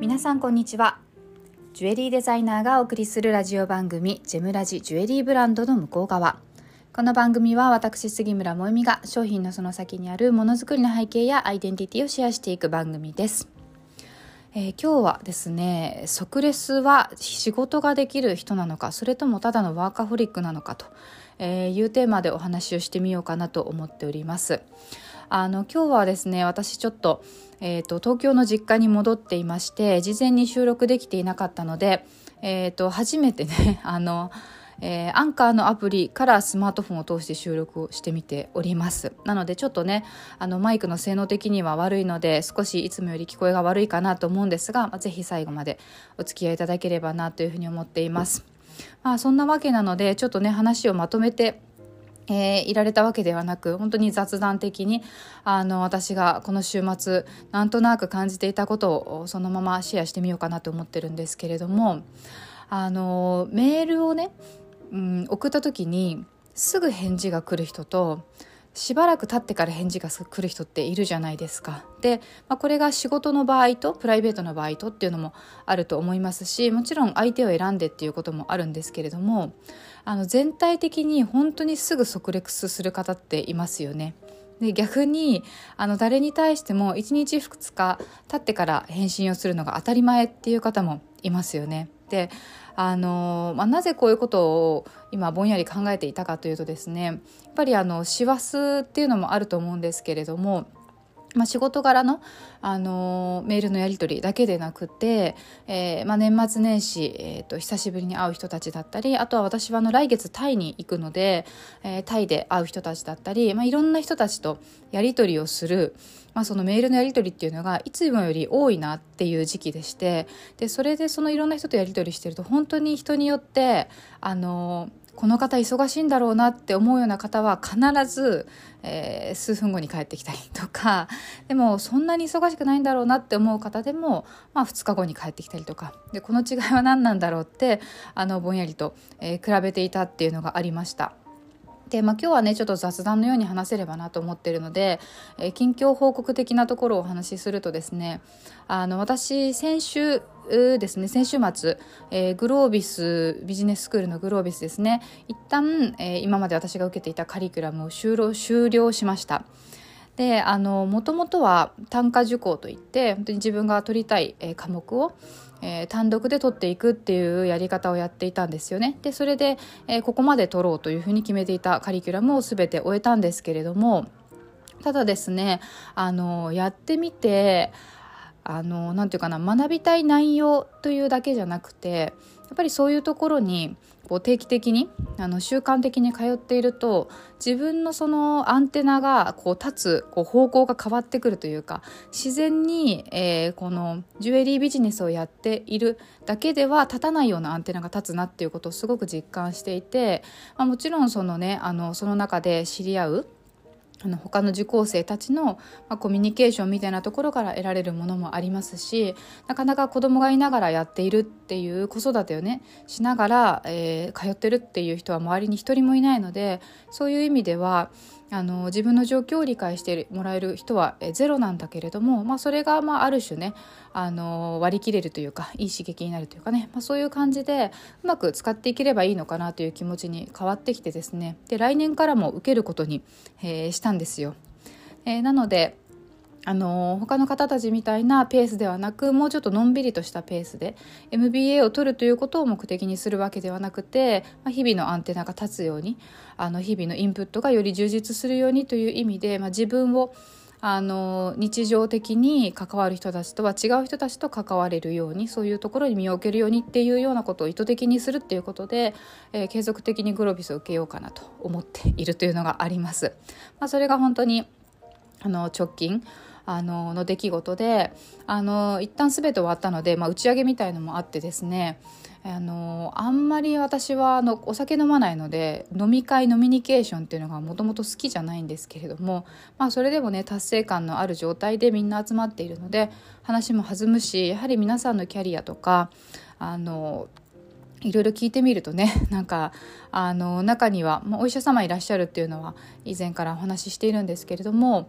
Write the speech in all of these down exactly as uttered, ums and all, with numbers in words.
皆さんこんにちは。ジュエリーデザイナーがお送りするラジオ番組ジェムラジジュエリーブランドの向こう側。この番組は私杉村萌実が商品のその先にあるものづくりの背景やアイデンティティをシェアしていく番組です。えー、今日はですね、即レスは仕事ができる人なのか、それともただのワーカホリックなのかというテーマでお話をしてみようかなと思っております。あの今日はですね、私ちょっと、えーと、東京の実家に戻っていまして、事前に収録できていなかったので、えーと、初めてねあの、えー、アンカーのアプリからスマートフォンを通して収録をしてみております。なのでちょっとね、あのマイクの性能的には悪いので、少しいつもより聞こえが悪いかなと思うんですが、まあ、ぜひ最後までお付き合いいただければなというふうに思っています。まあ、そんなわけなので、ちょっとね話をまとめてえー、いられたわけではなく、本当に雑談的にあの私がこの週末なんとなく感じていたことをそのままシェアしてみようかなと思ってるんですけれども、あのメールをね、うん、送った時にすぐ返事が来る人と、しばらく経ってから返事が来る人っているじゃないですか。で、まあ、これが仕事の場合とプライベートの場合とっていうのもあると思いますし、もちろん相手を選んでっていうこともあるんですけれども、あの全体的に本当にすぐ即レスする方っていますよね。で、逆にあの誰に対してもいちにちふつか経ってから返信をするのが当たり前っていう方もいますよね。で、あのまあ、なぜこういうことを今ぼんやり考えていたかというとですね、やっぱりあの師走っていうのもあると思うんですけれども、まあ、仕事柄の、あのメールのやり取りだけでなくて、えーまあ、年末年始、えーと、久しぶりに会う人たちだったり、あとは私はあの来月タイに行くので、えー、タイで会う人たちだったり、まあ、いろんな人たちとやり取りをする、まあ、そのメールのやり取りっていうのがいつもより多いなっていう時期でして、でそれでそのいろんな人とやり取りしてると、本当に人によってあのこの方忙しいんだろうなって思うような方は必ず、えー、数分後に帰ってきたりとか、でもそんなに忙しくないんだろうなって思う方でも、まあ、ふつかごに帰ってきたりとかで、この違いは何なんだろうってあのぼんやりと、えー、比べていたっていうのがありました。で、まあ、今日はねちょっと雑談のように話せればなと思っているので、えー、近況報告的なところをお話しするとですね、あの私先週ですね先週末、えー、グロービスビジネススクールのグロービスですね、一旦、えー、今まで私が受けていたカリキュラムを終了、終了しました。で、あのもともとは単科受講といって、本当に自分が取りたい、えー、科目をえー、単独で取っていくっていうやり方をやっていたんですよね。でそれで、えー、ここまで取ろうというふうに決めていたカリキュラムを全て終えたんですけれども、ただですね、あのやってみて、あのなんていうかな、学びたい内容というだけじゃなくて、やっぱりそういうところにこう定期的にあの習慣的に通っていると、自分のそのアンテナがこう立つこう方向が変わってくるというか、自然に、えー、このジュエリービジネスをやっているだけでは立たないようなアンテナが立つなっていうことをすごく実感していて、まあ、もちろんそのね、あのその中で知り合うあの他の受講生たちの、まあ、コミュニケーションみたいなところから得られるものもありますし、なかなか子供がいながらやっているっていう子育てをねしながら、えー、通ってるっていう人は周りに一人もいないので、そういう意味ではあの自分の状況を理解してもらえる人はゼロなんだけれども、まあ、それがまあある種ね、あの割り切れるというか、いい刺激になるというかね、まあ、そういう感じでうまく使っていければいいのかなという気持ちに変わってきてですね、で来年からも受けることに、えー、したんですよ。えー、なのであの他の方たちみたいなペースではなく、もうちょっとのんびりとしたペースで エムビーエー を取るということを目的にするわけではなくて、まあ、日々のアンテナが立つように、あの日々のインプットがより充実するようにという意味で、まあ、自分をあの日常的に関わる人たちとは違う人たちと関われるように、そういうところに身を置けるようにっていうようなことを意図的にするっていうことで、えー、継続的にグロービスを受けようかなと思っているというのがあります。まあ、それが本当にあの直近あのの出来事で、あの一旦全て終わったので、まあ、打ち上げみたいのもあってですね、あのあんまり私はあのお酒飲まないので、飲み会飲みニケーションっていうのがもともと好きじゃないんですけれども、まあ、それでもね達成感のある状態でみんな集まっているので話も弾むし、やはり皆さんのキャリアとかあのいろいろ聞いてみるとね、なんかあの中には、まあ、お医者様いらっしゃるっていうのは以前からお話ししているんですけれども、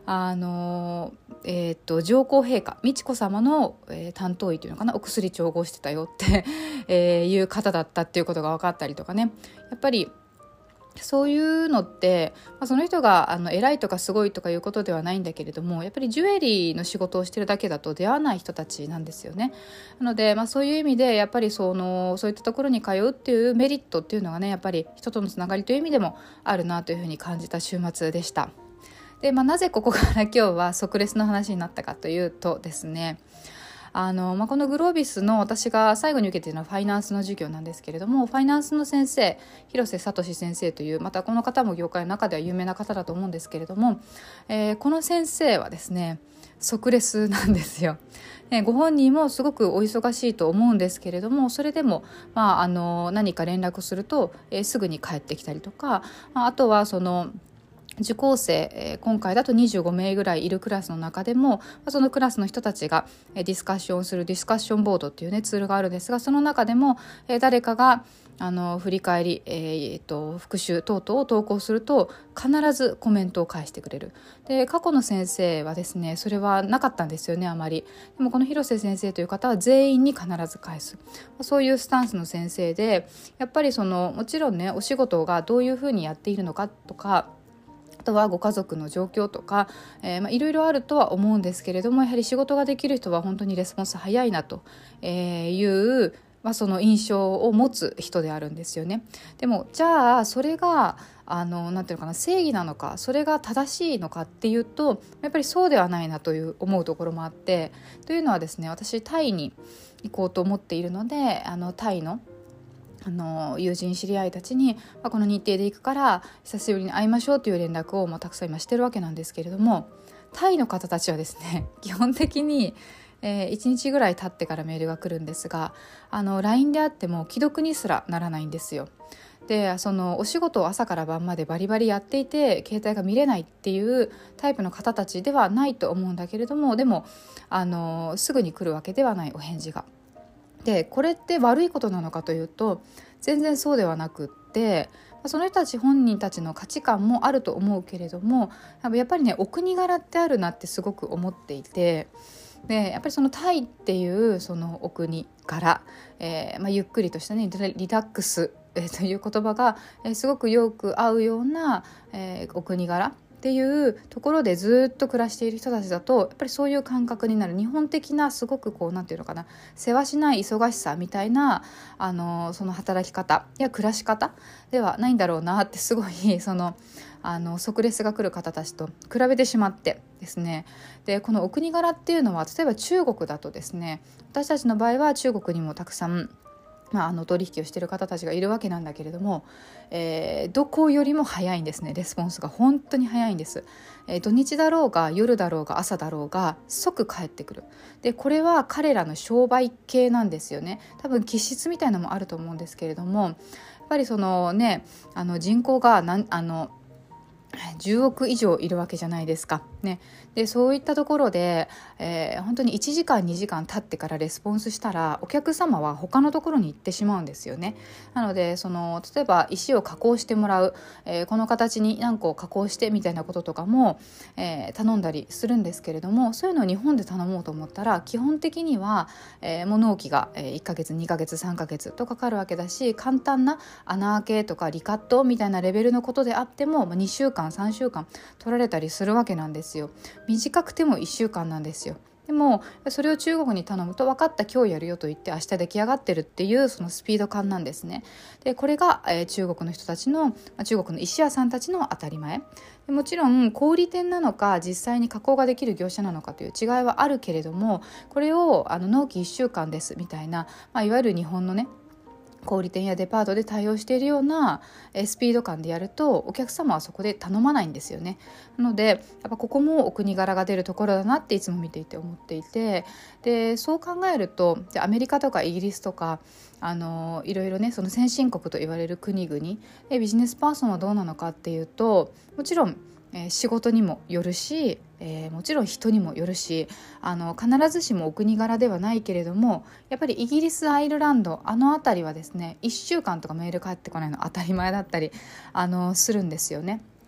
あの、えー、と上皇陛下美智子さまの、えー、担当医というのかな、お薬調合してたよって、えー、いう方だったっていうことが分かったりとかね、やっぱりそういうのって、まあ、その人があの偉いとかすごいとかいうことではないんだけれども、やっぱりジュエリーの仕事をしてるだけだと出会わない人たちなんですよね。なので、まあ、そういう意味でやっぱりそのそういったところに通うっていうメリットっていうのがね、やっぱり人とのつながりという意味でもあるなというふうに感じた週末でした。で、まあ、なぜここから今日は即レスの話になったかというとですね、あの、まあ、このグロービスの私が最後に受けているのはファイナンスの授業なんですけれども、ファイナンスの先生、広瀬聡先生という、またこの方も業界の中では有名な方だと思うんですけれども、えー、この先生はですね即レスなんですよ。ね、ご本人もすごくお忙しいと思うんですけれども、それでも、まあ、あの何か連絡すると、えー、すぐに帰ってきたりとか、あとはその受講生、えー、今回だとにじゅうごめいぐらいいるクラスの中でも、そのクラスの人たちがディスカッションするディスカッションボードっていうねツールがあるんですが、その中でも、えー、誰かがあの振り返り、えー、と復習等々を投稿すると必ずコメントを返してくれる。で、過去の先生はですねそれはなかったんですよね、あまり。でもこの広瀬先生という方は全員に必ず返す、そういうスタンスの先生で、やっぱりそのもちろんねお仕事がどういうふうにやっているのかとか、あとはご家族の状況とか、えーまあ、いろいろあるとは思うんですけれども、やはり仕事ができる人は本当にレスポンス早いなという、まあ、その印象を持つ人であるんですよね。でもじゃあそれがあのなんていうのかな、正義なのか、それが正しいのかっていうと、やっぱりそうではないなという思うところもあって、というのはですね、私タイに行こうと思っているので、あのタイのあの友人知り合いたちに、まあ、この日程で行くから久しぶりに会いましょうという連絡を、まあ、たくさん今してるわけなんですけれども、タイの方たちはですね基本的に、えー、いちにちぐらい経ってからメールが来るんですが、あの ライン であっても既読にすらならないんですよ。で、そのお仕事を朝から晩までバリバリやっていて携帯が見れないっていうタイプの方たちではないと思うんだけれども、でもあのすぐに来るわけではない、お返事が。で、これって悪いことなのかというと全然そうではなくって、その人たち本人たちの価値観もあると思うけれども、やっぱりねお国柄ってあるなってすごく思っていて、でやっぱりそのタイっていうそのお国柄、えーまあ、ゆっくりとしたねリラックス、えー、という言葉が、えー、すごくよく合うような、えー、お国柄っていうところでずっと暮らしている人たちだと、やっぱりそういう感覚になる。日本的なすごくこうなんていうのかな、せわしない忙しさみたいなあのその働き方や暮らし方ではないんだろうなって、すごいそのあの即レスが来る方たちと比べてしまってですね。で、このお国柄っていうのは例えば中国だとですね、私たちの場合は中国にもたくさんまあ、あの取引をしている方たちがいるわけなんだけれども、えー、どこよりも早いんですね。レスポンスが本当に早いんです、えー、土日だろうが夜だろうが朝だろうが即帰ってくる。でこれは彼らの商売系なんですよね。多分気質みたいなのもあると思うんですけれども、やっぱりそのねあの人口がなんあのじゅうおく以上いるわけじゃないですか、ね、でそういったところで、えー、本当にいちじかんにじかん経ってからレスポンスしたらお客様は他のところに行ってしまうんですよね。なのでその例えば石を加工してもらう、えー、この形に何個加工してみたいなこととかも、えー、頼んだりするんですけれども、そういうのを日本で頼もうと思ったら基本的には、えー、物置がいっかげつにかげつさんかげつとかかるわけだし、簡単な穴開けとかリカットみたいなレベルのことであっても、まあ、にしゅうかんさんしゅうかん取られたりするわけなんですよ。短くてもいっしゅうかんなんですよ。でもそれを中国に頼むと分かった今日やるよと言って明日出来上がってるっていうそのスピード感なんですね。でこれが、えー、中国の人たちの中国の石屋さんたちの当たり前で、もちろん小売店なのか実際に加工ができる業者なのかという違いはあるけれども、これをあの納期いっしゅうかんですみたいな、まあ、いわゆる日本のね小売店やデパートで対応しているようなスピード感でやるとお客様はそこで頼まないんですよね。なのでやっぱここもお国柄が出るところだなっていつも見ていて思っていて、でそう考えるとでアメリカとかイギリスとかあのいろいろねその先進国と言われる国々でビジネスパーソンはどうなのかっていうと、もちろんえー、仕事にもよるし、えー、もちろん人にもよるし、あの必ずしもお国柄ではないけれども、やっぱりイギリスアイルランドあの辺りはですねいっしゅうかんとかメール返ってこないの当たり前だったりあのするんですよね。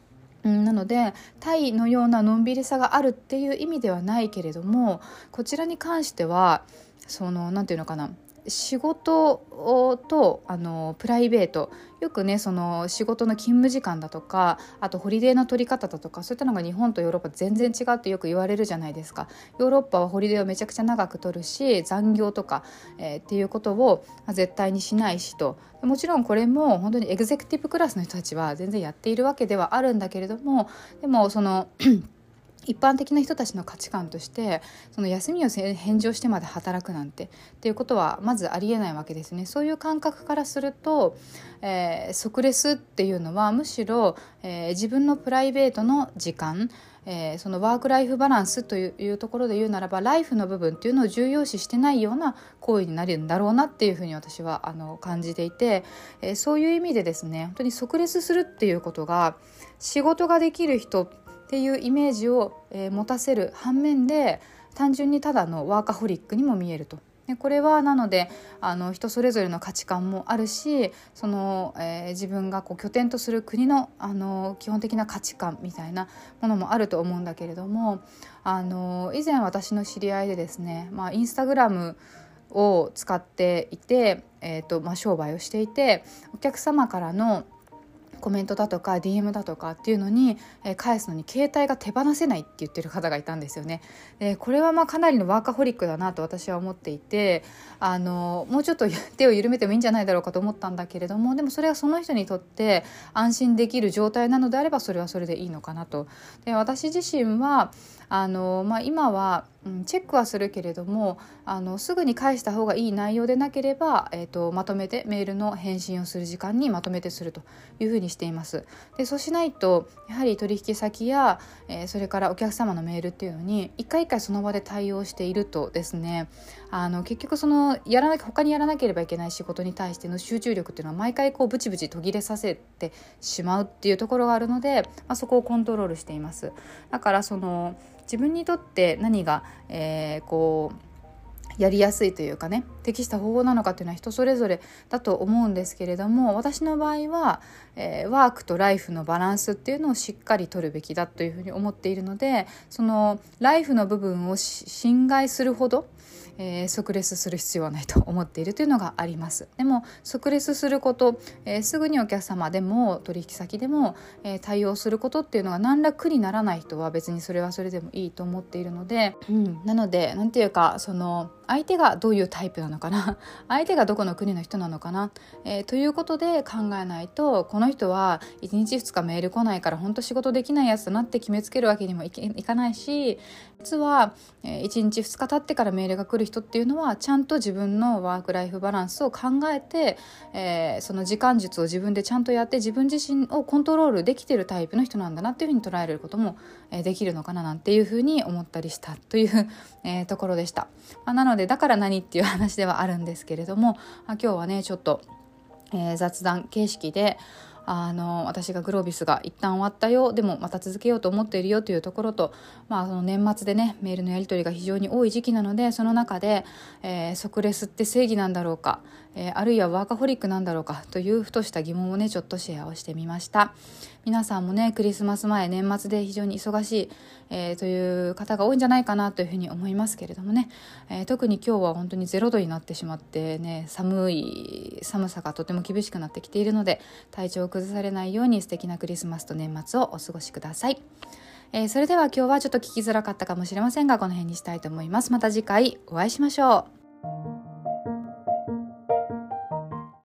なのでタイのようなのんびりさがあるっていう意味ではないけれども、こちらに関してはそのなんていうのかな、仕事とあのプライベート、よくねその仕事の勤務時間だとか、あとホリデーの取り方だとか、そういったのが日本とヨーロッパ全然違うってよく言われるじゃないですか。ヨーロッパはホリデーをめちゃくちゃ長く取るし、残業とか、えー、っていうことを絶対にしないしと。もちろんこれも本当にエグゼクティブクラスの人たちは全然やっているわけではあるんだけれども、でもその一般的な人たちの価値観として、その休みを返上してまで働くなんてっていうことはまずありえないわけですね。そういう感覚からすると、えー、即レスっていうのはむしろ、えー、自分のプライベートの時間、えー、そのワークライフバランスというところで言うならば、ライフの部分っていうのを重要視してないような行為になるんだろうなっていうふうに私はあの感じていて、えー、そういう意味でですね、本当に即レスするっていうことが仕事ができる人っていうイメージを、えー、持たせる反面で、単純にただのワーカホリックにも見えると。でこれはなのであの人それぞれの価値観もあるし、その、えー、自分がこう拠点とする国の、あの基本的な価値観みたいなものもあると思うんだけれども、あの以前私の知り合いでですね、まあ、インスタグラムを使っていて、えーとまあ、商売をしていて、お客様からのコメントだとか ディーエム だとかっていうのに、えー、返すのに携帯が手放せないって言ってる方がいたんですよね。でこれはまあかなりのワーカホリックだなと私は思っていて、あのもうちょっと手を緩めてもいいんじゃないだろうかと思ったんだけれども、でもそれがその人にとって安心できる状態なのであれば、それはそれでいいのかなと。で私自身はあの、まあ、今はチェックはするけれども、あのすぐに返した方がいい内容でなければ、えーと、まとめてメールの返信をする時間にまとめてするというふうにしています。でそうしないとやはり取引先や、えー、それからお客様のメールっていうのに一回一回その場で対応しているとですね、あの結局そのやらな他にやらなければいけない仕事に対しての集中力っていうのは毎回こうブチブチ途切れさせてしまうっていうところがあるので、まあ、そこをコントロールしています。だからその自分にとって何が、えー、こうやりやすいというかね、適した方法なのかっていうのは人それぞれだと思うんですけれども、私の場合は、えー、ワークとライフのバランスっていうのをしっかり取るべきだというふうに思っているので、そのライフの部分を侵害するほどえー、即レスする必要はないと思っているというのがあります。でも即レスすること、えー、すぐにお客様でも取引先でも、えー、対応することっていうのが何ら苦にならない人は別にそれはそれでもいいと思っているので、うん、なのでなんていうか、その相手がどういうタイプなのかな相手がどこの国の人なのかな、えー、ということで考えないと、この人はいちにちふつかメール来ないから本当仕事できないやつだなって決めつけるわけにもいけいかないし、実は、えー、いちにちふつか経ってからメールが来る人っていうのはちゃんと自分のワークライフバランスを考えて、えー、その時間術を自分でちゃんとやって自分自身をコントロールできているタイプの人なんだなっていうふうに捉えることも、えー、できるのかななんていうふうに思ったりしたという、えー、ところでした。まあ、なのでだから何っていう話ではあるんですけれども、あ今日はねちょっと、えー、雑談形式であの私がグロービスが一旦終わったよ、でもまた続けようと思っているよというところと、まあ、その年末でねメールのやり取りが非常に多い時期なので、その中で、えー、即レスって正義なんだろうか、えー、あるいはワーカホリックなんだろうかというふとした疑問をねちょっとシェアをしてみました。皆さんもねクリスマス前年末で非常に忙しい、えー、という方が多いんじゃないかなというふうに思いますけれどもね、えー、特に今日は本当にゼロ度になってしまってね、寒い寒さがとても厳しくなってきているので、体調を崩されないように素敵なクリスマスと年末をお過ごしください。えー、それでは今日はちょっと聞きづらかったかもしれませんが、この辺にしたいと思います。また次回お会いしましょう。